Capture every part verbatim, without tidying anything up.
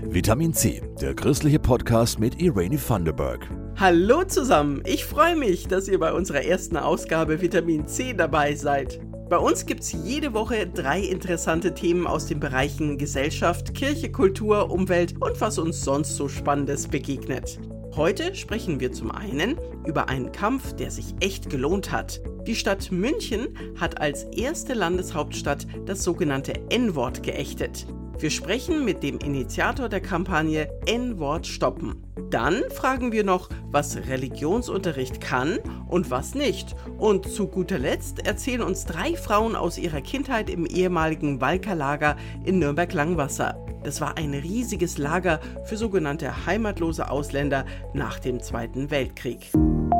Vitamin C, der christliche Podcast mit Irene Thunderberg. Hallo zusammen, ich freue mich, dass ihr bei unserer ersten Ausgabe Vitamin C dabei seid. Bei uns gibt es jede Woche drei interessante Themen aus den Bereichen Gesellschaft, Kirche, Kultur, Umwelt und was uns sonst so Spannendes begegnet. Heute sprechen wir zum einen über einen Kampf, der sich echt gelohnt hat. Die Stadt München hat als erste Landeshauptstadt das sogenannte En-Wort geächtet. Wir sprechen mit dem Initiator der Kampagne En-Wort stoppen. Dann fragen wir noch, was Religionsunterricht kann und was nicht. Und zu guter Letzt erzählen uns drei Frauen aus ihrer Kindheit im ehemaligen Walker-Lager in Nürnberg-Langwasser. Das war ein riesiges Lager für sogenannte heimatlose Ausländer nach dem Zweiten Weltkrieg.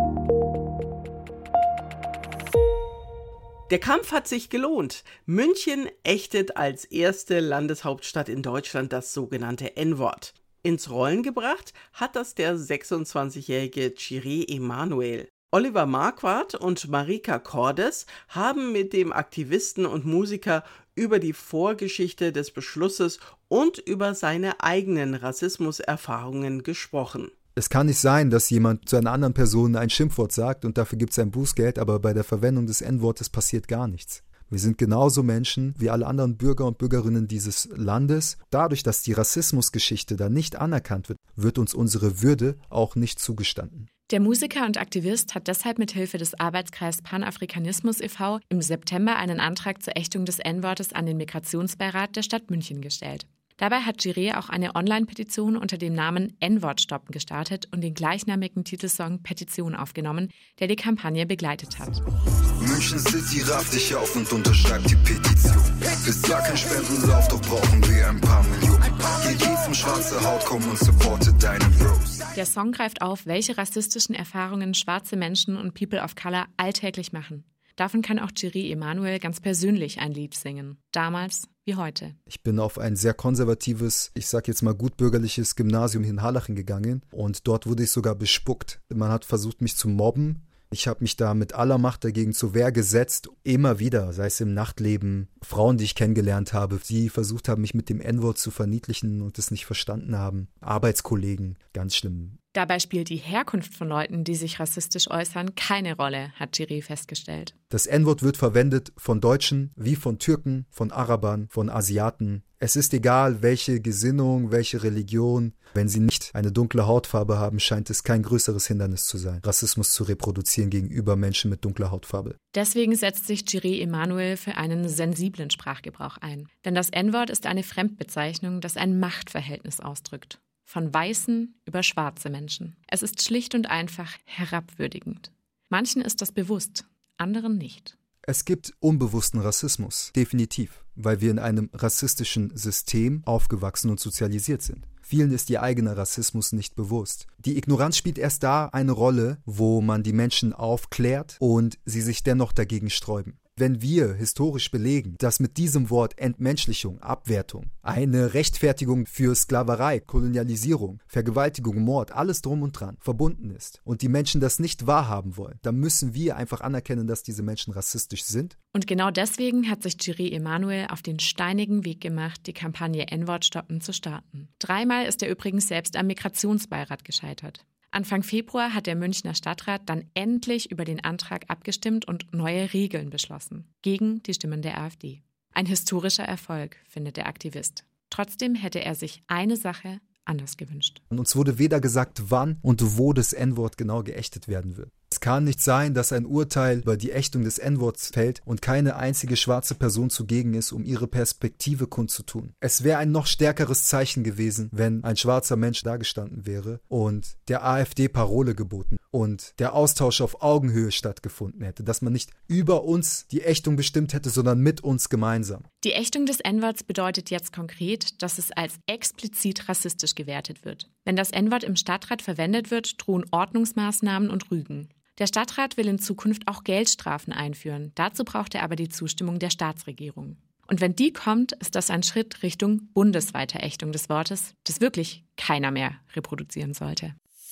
Der Kampf hat sich gelohnt. München ächtet als erste Landeshauptstadt in Deutschland das sogenannte En-Wort. Ins Rollen gebracht hat das der sechsundzwanzigjährige Jiré Emanuel. Oliver Marquardt und Marika Cordes haben mit dem Aktivisten und Musiker über die Vorgeschichte des Beschlusses und über seine eigenen Rassismuserfahrungen gesprochen. Es kann nicht sein, dass jemand zu einer anderen Person ein Schimpfwort sagt und dafür gibt es ein Bußgeld, aber bei der Verwendung des En-Wortes passiert gar nichts. Wir sind genauso Menschen wie alle anderen Bürger und Bürgerinnen dieses Landes. Dadurch, dass die Rassismusgeschichte da nicht anerkannt wird, wird uns unsere Würde auch nicht zugestanden. Der Musiker und Aktivist hat deshalb mit Hilfe des Arbeitskreis Panafrikanismus e V im September einen Antrag zur Ächtung des En-Wortes an den Migrationsbeirat der Stadt München gestellt. Dabei hat Jiré auch eine Online-Petition unter dem Namen En-Wort stoppen gestartet und den gleichnamigen Titelsong Petition aufgenommen, der die Kampagne begleitet hat. München City rafft dich auf und unterschreibt die Petition. Ist zwar kein Spendenlauf, doch brauchen wir ein paar Millionen. Hier geht's um schwarze Haut, komm und supporte deine Bros. Der Song greift auf, welche rassistischen Erfahrungen schwarze Menschen und People of Color alltäglich machen. Davon kann auch Jiré Emanuel ganz persönlich ein Lied singen. Damals wie heute. Ich bin auf ein sehr konservatives, ich sag jetzt mal gutbürgerliches Gymnasium in Harlaching gegangen und dort wurde ich sogar bespuckt. Man hat versucht, mich zu mobben. Ich habe mich da mit aller Macht dagegen zur Wehr gesetzt. Immer wieder, sei es im Nachtleben, Frauen, die ich kennengelernt habe, die versucht haben, mich mit dem En-Wort zu verniedlichen und es nicht verstanden haben. Arbeitskollegen, ganz schlimm. Dabei spielt die Herkunft von Leuten, die sich rassistisch äußern, keine Rolle, hat Jiré festgestellt. Das En-Wort wird verwendet von Deutschen wie von Türken, von Arabern, von Asiaten. Es ist egal, welche Gesinnung, welche Religion. Wenn sie nicht eine dunkle Hautfarbe haben, scheint es kein größeres Hindernis zu sein, Rassismus zu reproduzieren gegenüber Menschen mit dunkler Hautfarbe. Deswegen setzt sich Jiré Emanuel für einen sensiblen Sprachgebrauch ein. Denn das En-Wort ist eine Fremdbezeichnung, das ein Machtverhältnis ausdrückt. Von weißen über schwarze Menschen. Es ist schlicht und einfach herabwürdigend. Manchen ist das bewusst, anderen nicht. Es gibt unbewussten Rassismus, definitiv, weil wir in einem rassistischen System aufgewachsen und sozialisiert sind. Vielen ist ihr eigener Rassismus nicht bewusst. Die Ignoranz spielt erst da eine Rolle, wo man die Menschen aufklärt und sie sich dennoch dagegen sträuben. Wenn wir historisch belegen, dass mit diesem Wort Entmenschlichung, Abwertung, eine Rechtfertigung für Sklaverei, Kolonialisierung, Vergewaltigung, Mord, alles drum und dran verbunden ist und die Menschen das nicht wahrhaben wollen, dann müssen wir einfach anerkennen, dass diese Menschen rassistisch sind. Und genau deswegen hat sich Jiré Emanuel auf den steinigen Weg gemacht, die Kampagne En-Wort stoppen zu starten. Dreimal ist er übrigens selbst am Migrationsbeirat gescheitert. Anfang Februar hat der Münchner Stadtrat dann endlich über den Antrag abgestimmt und neue Regeln beschlossen, gegen die Stimmen der AfD. Ein historischer Erfolg, findet der Aktivist. Trotzdem hätte er sich eine Sache anders gewünscht. Und uns wurde weder gesagt, wann und wo das En-Wort genau geächtet werden wird. Es kann nicht sein, dass ein Urteil über die Ächtung des En-Worts fällt und keine einzige schwarze Person zugegen ist, um ihre Perspektive kundzutun. Es wäre ein noch stärkeres Zeichen gewesen, wenn ein schwarzer Mensch dagestanden wäre und der AfD Parole geboten und der Austausch auf Augenhöhe stattgefunden hätte, dass man nicht über uns die Ächtung bestimmt hätte, sondern mit uns gemeinsam. Die Ächtung des En-Worts bedeutet jetzt konkret, dass es als explizit rassistisch gewertet wird. Wenn das En-Wort im Stadtrat verwendet wird, drohen Ordnungsmaßnahmen und Rügen. Der Stadtrat will in Zukunft auch Geldstrafen einführen. Dazu braucht er aber die Zustimmung der Staatsregierung. Und wenn die kommt, ist das ein Schritt Richtung bundesweiter Ächtung des Wortes, das wirklich keiner mehr reproduzieren sollte.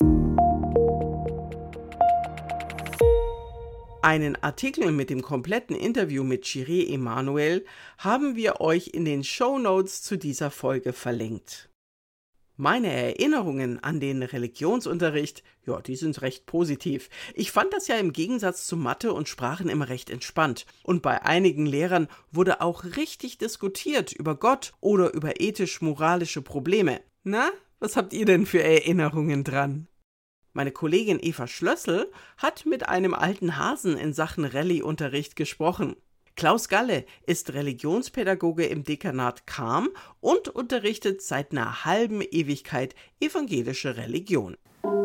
Einen Artikel mit dem kompletten Interview mit Jiré Emanuel haben wir euch in den Shownotes zu dieser Folge verlinkt. Meine Erinnerungen an den Religionsunterricht, ja, die sind recht positiv. Ich fand das ja im Gegensatz zu Mathe und Sprachen immer recht entspannt. Und bei einigen Lehrern wurde auch richtig diskutiert über Gott oder über ethisch-moralische Probleme. Na, was habt ihr denn für Erinnerungen dran? Meine Kollegin Eva Schlössl hat mit einem alten Hasen in Sachen Rallye-Unterricht gesprochen. Klaus Galle ist Religionspädagoge im Dekanat Cham und unterrichtet seit einer halben Ewigkeit evangelische Religion.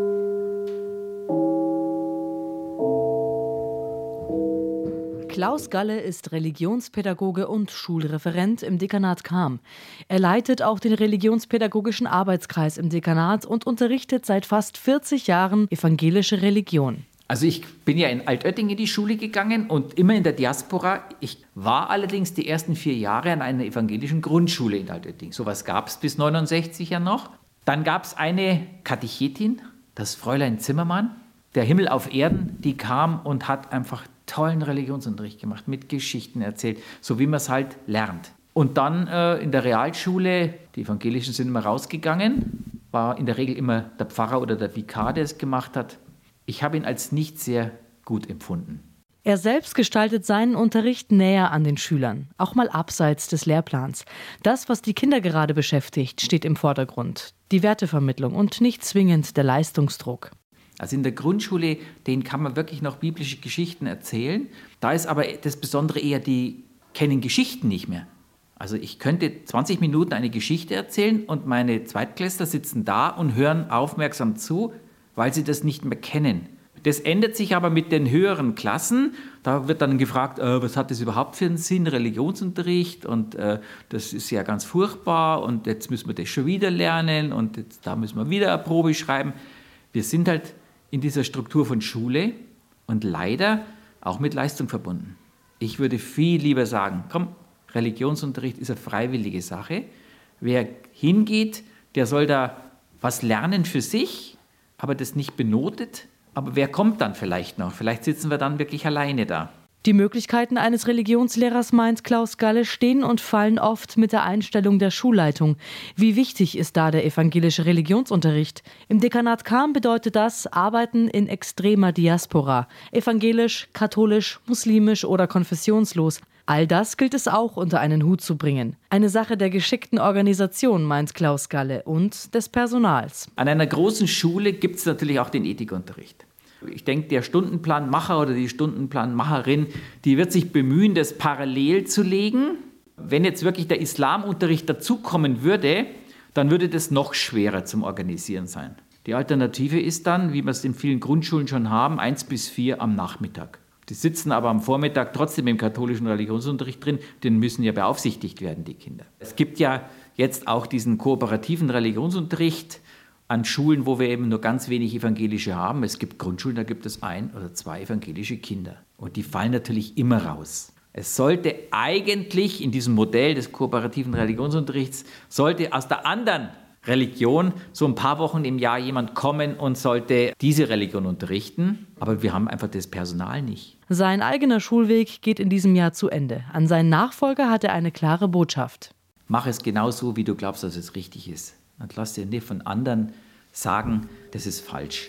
Klaus Galle ist Religionspädagoge und Schulreferent im Dekanat Cham. Er leitet auch den religionspädagogischen Arbeitskreis im Dekanat und unterrichtet seit fast vierzig Jahren evangelische Religion. Also ich bin ja in Altötting in die Schule gegangen und immer in der Diaspora. Ich war allerdings die ersten vier Jahre an einer evangelischen Grundschule in Altötting. Sowas gab es bis neunundsechzig ja noch. Dann gab es eine Katechetin, das Fräulein Zimmermann, der Himmel auf Erden, die kam und hat einfach tollen Religionsunterricht gemacht, mit Geschichten erzählt, so wie man es halt lernt. Und dann äh, in der Realschule, die Evangelischen sind immer rausgegangen, war in der Regel immer der Pfarrer oder der Vikar, der es gemacht hat. Ich habe ihn als nicht sehr gut empfunden. Er selbst gestaltet seinen Unterricht näher an den Schülern, auch mal abseits des Lehrplans. Das, was die Kinder gerade beschäftigt, steht im Vordergrund. Die Wertevermittlung und nicht zwingend der Leistungsdruck. Also in der Grundschule, denen kann man wirklich noch biblische Geschichten erzählen. Da ist aber das Besondere eher, die kennen Geschichten nicht mehr. Also ich könnte zwanzig Minuten eine Geschichte erzählen und meine Zweitklässler sitzen da und hören aufmerksam zu, weil sie das nicht mehr kennen. Das ändert sich aber mit den höheren Klassen. Da wird dann gefragt, äh, was hat das überhaupt für einen Sinn, Religionsunterricht? Und äh, das ist ja ganz furchtbar und jetzt müssen wir das schon wieder lernen und jetzt, da müssen wir wieder eine Probe schreiben. Wir sind halt in dieser Struktur von Schule und leider auch mit Leistung verbunden. Ich würde viel lieber sagen, komm, Religionsunterricht ist eine freiwillige Sache. Wer hingeht, der soll da was lernen für sich, aber das nicht benotet. Aber wer kommt dann vielleicht noch? Vielleicht sitzen wir dann wirklich alleine da. Die Möglichkeiten eines Religionslehrers, meint Klaus Galle, stehen und fallen oft mit der Einstellung der Schulleitung. Wie wichtig ist da der evangelische Religionsunterricht? Im Dekanat Cham bedeutet das Arbeiten in extremer Diaspora. Evangelisch, katholisch, muslimisch oder konfessionslos. All das gilt es auch unter einen Hut zu bringen. Eine Sache der geschickten Organisation, meint Klaus Galle, und des Personals. An einer großen Schule gibt es natürlich auch den Ethikunterricht. Ich denke, der Stundenplanmacher oder die Stundenplanmacherin, die wird sich bemühen, das parallel zu legen. Wenn jetzt wirklich der Islamunterricht dazukommen würde, dann würde das noch schwerer zum Organisieren sein. Die Alternative ist dann, wie wir es in vielen Grundschulen schon haben, eins bis vier am Nachmittag. Die sitzen aber am Vormittag trotzdem im katholischen Religionsunterricht drin, den müssen ja beaufsichtigt werden, die Kinder. Es gibt ja jetzt auch diesen kooperativen Religionsunterricht an Schulen, wo wir eben nur ganz wenig Evangelische haben. Es gibt Grundschulen, da gibt es ein oder zwei evangelische Kinder. Und die fallen natürlich immer raus. Es sollte eigentlich in diesem Modell des kooperativen Religionsunterrichts, sollte aus der anderen Religion so ein paar Wochen im Jahr jemand kommen und sollte diese Religion unterrichten. Aber wir haben einfach das Personal nicht. Sein eigener Schulweg geht in diesem Jahr zu Ende. An seinen Nachfolger hat er eine klare Botschaft. Mach es genau so, wie du glaubst, dass es richtig ist. Und lass dir nicht von anderen sagen, das ist falsch.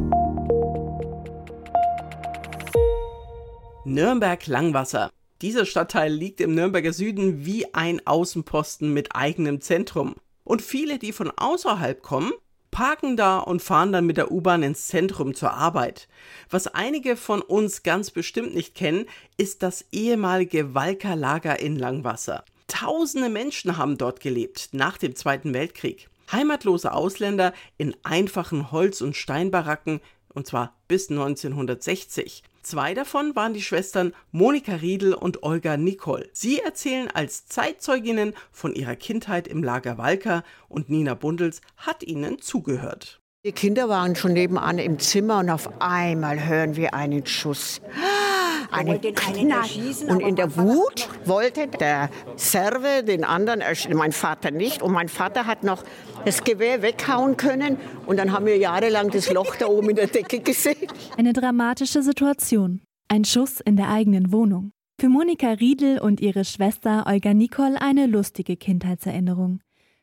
Nürnberg-Langwasser. Dieser Stadtteil liegt im Nürnberger Süden wie ein Außenposten mit eigenem Zentrum. Und viele, die von außerhalb kommen, parken da und fahren dann mit der U-Bahn ins Zentrum zur Arbeit. Was einige von uns ganz bestimmt nicht kennen, ist das ehemalige Walker-Lager in Langwasser. Tausende Menschen haben dort gelebt, nach dem Zweiten Weltkrieg. Heimatlose Ausländer in einfachen Holz- und Steinbaracken, und zwar bis neunzehnhundertsechzig. Zwei davon waren die Schwestern Monika Riedl und Olga Nicol. Sie erzählen als Zeitzeuginnen von ihrer Kindheit im Lager Walker und Nina Bundels hat ihnen zugehört. Die Kinder waren schon nebenan im Zimmer und auf einmal hören wir einen Schuss. Einen Knall. Und in der Wut wollte der Serve den anderen, mein Vater nicht. Und mein Vater hat noch das Gewehr weghauen können. Und dann haben wir jahrelang das Loch da oben in der Decke gesehen. Eine dramatische Situation. Ein Schuss in der eigenen Wohnung. Für Monika Riedl und ihre Schwester Olga Nicol eine lustige Kindheitserinnerung.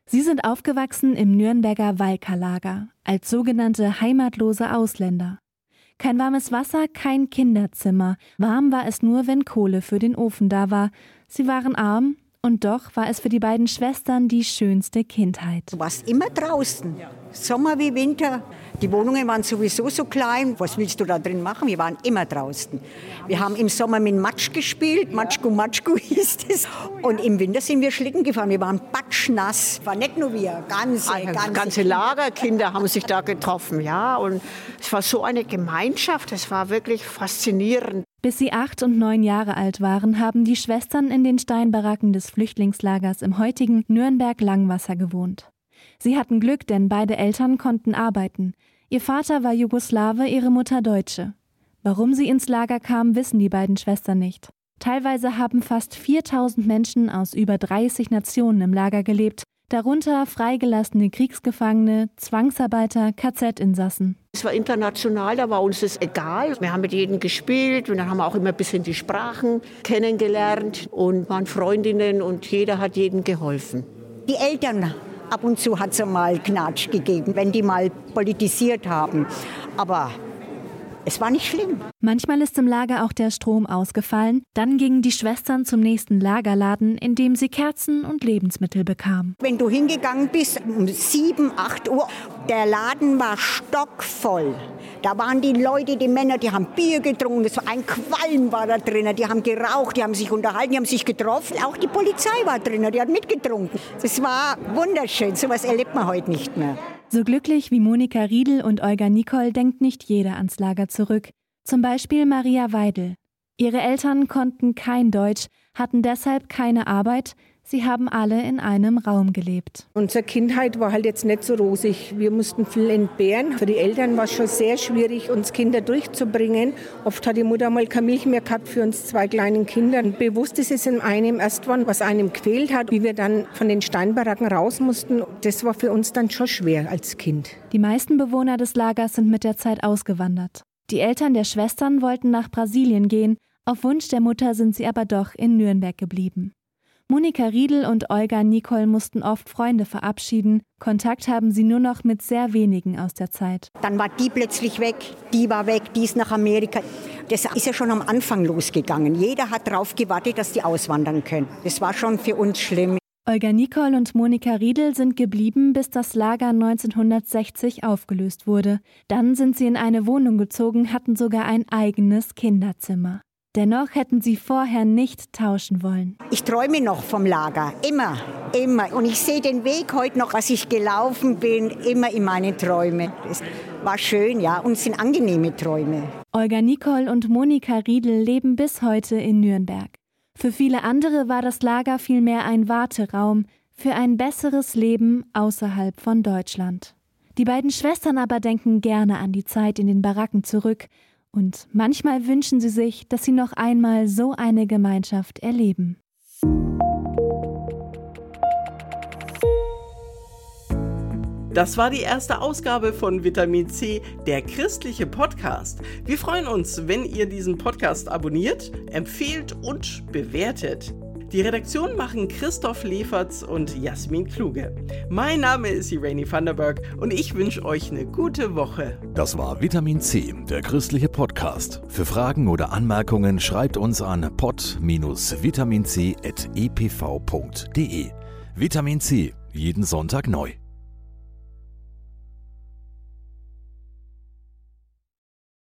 Sie sind aufgewachsen im Nürnberger Valka-Lager, als sogenannte heimatlose Ausländer. Kein warmes Wasser, kein Kinderzimmer. Warm war es nur, wenn Kohle für den Ofen da war. Sie waren arm und doch war es für die beiden Schwestern die schönste Kindheit. Du warst immer draußen, Sommer wie Winter. Die Wohnungen waren sowieso so klein. Was willst du da drin machen? Wir waren immer draußen. Wir haben im Sommer mit Matsch gespielt. Matschku, Matschku hieß es. Und im Winter sind wir Schlitten gefahren. Wir waren patschnass. War nicht nur wir, ganze, ganze, ganze Lagerkinder haben sich da getroffen. Ja, und es war so eine Gemeinschaft. Es war wirklich faszinierend. Bis sie acht und neun Jahre alt waren, haben die Schwestern in den Steinbaracken des Flüchtlingslagers im heutigen Nürnberg-Langwasser gewohnt. Sie hatten Glück, denn beide Eltern konnten arbeiten. Ihr Vater war Jugoslawe, ihre Mutter Deutsche. Warum sie ins Lager kamen, wissen die beiden Schwestern nicht. Teilweise haben fast viertausend Menschen aus über dreißig Nationen im Lager gelebt, darunter freigelassene Kriegsgefangene, Zwangsarbeiter, K Z-Insassen. Es war international, da war uns das egal. Wir haben mit jedem gespielt und dann haben wir auch immer ein bisschen die Sprachen kennengelernt und waren Freundinnen und jeder hat jedem geholfen. Die Eltern, ab und zu hat es mal Knatsch gegeben, wenn die mal politisiert haben. Aber es war nicht schlimm. Manchmal ist im Lager auch der Strom ausgefallen. Dann gingen die Schwestern zum nächsten Lagerladen, in dem sie Kerzen und Lebensmittel bekamen. Wenn du hingegangen bist um sieben, acht Uhr, der Laden war stockvoll. Da waren die Leute, die Männer, die haben Bier getrunken, es war ein Qualm war da drin, die haben geraucht, die haben sich unterhalten, die haben sich getroffen. Auch die Polizei war drin, die hat mitgetrunken. Das war wunderschön, sowas erlebt man heute nicht mehr. So glücklich wie Monika Riedl und Olga Nicol denkt nicht jeder ans Lager zurück. Zum Beispiel Maria Weidel. Ihre Eltern konnten kein Deutsch, hatten deshalb keine Arbeit. Sie haben alle in einem Raum gelebt. Unsere Kindheit war halt jetzt nicht so rosig. Wir mussten viel entbehren. Für die Eltern war es schon sehr schwierig, uns Kinder durchzubringen. Oft hat die Mutter mal keine Milch mehr gehabt für uns zwei kleinen Kinder. Bewusst ist es in einem erst wann, was einem quält hat, wie wir dann von den Steinbaracken raus mussten. Das war für uns dann schon schwer als Kind. Die meisten Bewohner des Lagers sind mit der Zeit ausgewandert. Die Eltern der Schwestern wollten nach Brasilien gehen. Auf Wunsch der Mutter sind sie aber doch in Nürnberg geblieben. Monika Riedl und Olga Nicol mussten oft Freunde verabschieden. Kontakt haben sie nur noch mit sehr wenigen aus der Zeit. Dann war die plötzlich weg, die war weg, die ist nach Amerika. Das ist ja schon am Anfang losgegangen. Jeder hat darauf gewartet, dass die auswandern können. Das war schon für uns schlimm. Olga Nicol und Monika Riedl sind geblieben, bis das Lager neunzehnhundertsechzig aufgelöst wurde. Dann sind sie in eine Wohnung gezogen, hatten sogar ein eigenes Kinderzimmer. Dennoch hätten sie vorher nicht tauschen wollen. Ich träume noch vom Lager, immer, immer. Und ich sehe den Weg heute noch, was ich gelaufen bin, immer in meinen Träumen. Es war schön, ja, und es sind angenehme Träume. Olga Nicol und Monika Riedl leben bis heute in Nürnberg. Für viele andere war das Lager vielmehr ein Warteraum für ein besseres Leben außerhalb von Deutschland. Die beiden Schwestern aber denken gerne an die Zeit in den Baracken zurück. Und manchmal wünschen sie sich, dass sie noch einmal so eine Gemeinschaft erleben. Das war die erste Ausgabe von Vitamin C, der christliche Podcast. Wir freuen uns, wenn ihr diesen Podcast abonniert, empfehlt und bewertet. Die Redaktion machen Christoph Leferz und Jasmin Kluge. Mein Name ist Irene Vanderberg und ich wünsche euch eine gute Woche. Das war Vitamin C, der christliche Podcast. Für Fragen oder Anmerkungen schreibt uns an pod dash vitamin c at e p v punkt d e. Vitamin C, jeden Sonntag neu.